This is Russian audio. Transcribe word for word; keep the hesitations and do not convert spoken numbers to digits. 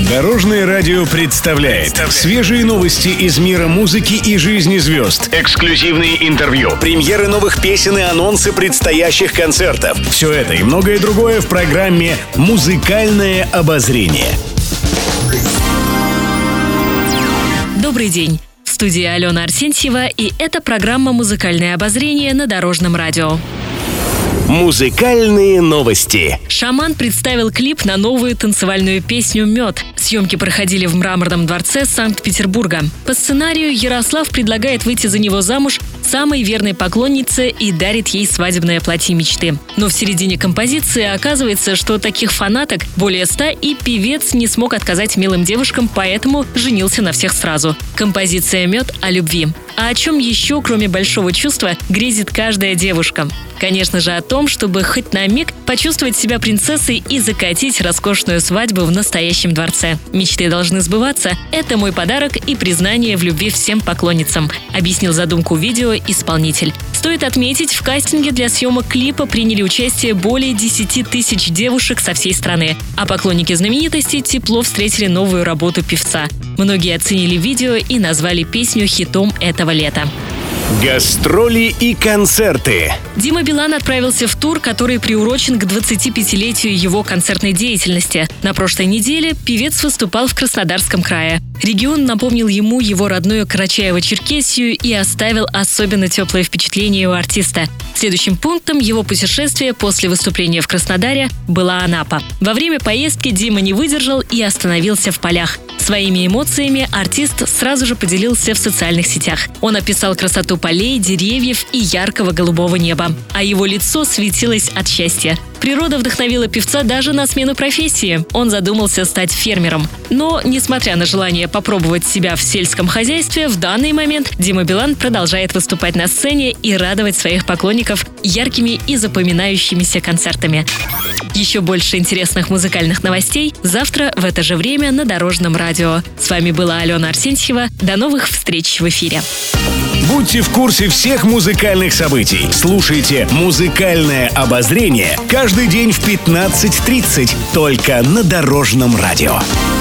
Дорожное радио представляет свежие новости из мира музыки и жизни звезд, эксклюзивные интервью, премьеры новых песен и анонсы предстоящих концертов. Все это и многое другое в программе «Музыкальное обозрение». Добрый день. В студии Алена Арсентьева, и это программа «Музыкальное обозрение» на Дорожном радио. Музыкальные новости. Шаман представил клип на новую танцевальную песню «Мед». Съемки проходили в Мраморном дворце Санкт-Петербурга. По сценарию Ярослав предлагает выйти за него замуж самой верной поклоннице и дарит ей свадебное платье мечты. Но в середине композиции оказывается, что таких фанаток более ста, и певец не смог отказать милым девушкам, поэтому женился на всех сразу. Композиция «Мед» о любви. А о чем еще, кроме большого чувства, грезит каждая девушка? Конечно же, о том, чтобы хоть на миг почувствовать себя принцессой и закатить роскошную свадьбу в настоящем дворце. Мечты должны сбываться. Это мой подарок и признание в любви всем поклонницам, объяснил задумку видео исполнитель. Стоит отметить, в кастинге для съемок клипа приняли участие более десяти тысяч девушек со всей страны. А поклонники знаменитости тепло встретили новую работу певца. Многие оценили видео и назвали песню хитом этого лета. Гастроли и концерты. Дима Билан отправился в тур, который приурочен к двадцатипятилетию его концертной деятельности. На прошлой неделе певец выступал в Краснодарском крае. Регион напомнил ему его родную Карачаево-Черкесию и оставил особенно теплое впечатление у артиста. Следующим пунктом его путешествия после выступления в Краснодаре была Анапа. Во время поездки Дима не выдержал и остановился в полях. Своими эмоциями артист сразу же поделился в социальных сетях. Он описал красоту полей, деревьев и яркого голубого неба. А его лицо светилось от счастья. Природа вдохновила певца даже на смену профессии. Он задумался стать фермером. Но, несмотря на желание попробовать себя в сельском хозяйстве, в данный момент Дима Билан продолжает выступать на сцене и радовать своих поклонников яркими и запоминающимися концертами. Еще больше интересных музыкальных новостей завтра в это же время на Дорожном радио. С вами была Алена Арсентьева. До новых встреч в эфире. Будьте в курсе всех музыкальных событий. Слушайте «Музыкальное обозрение» каждый день в пятнадцать тридцать только на Дорожном радио.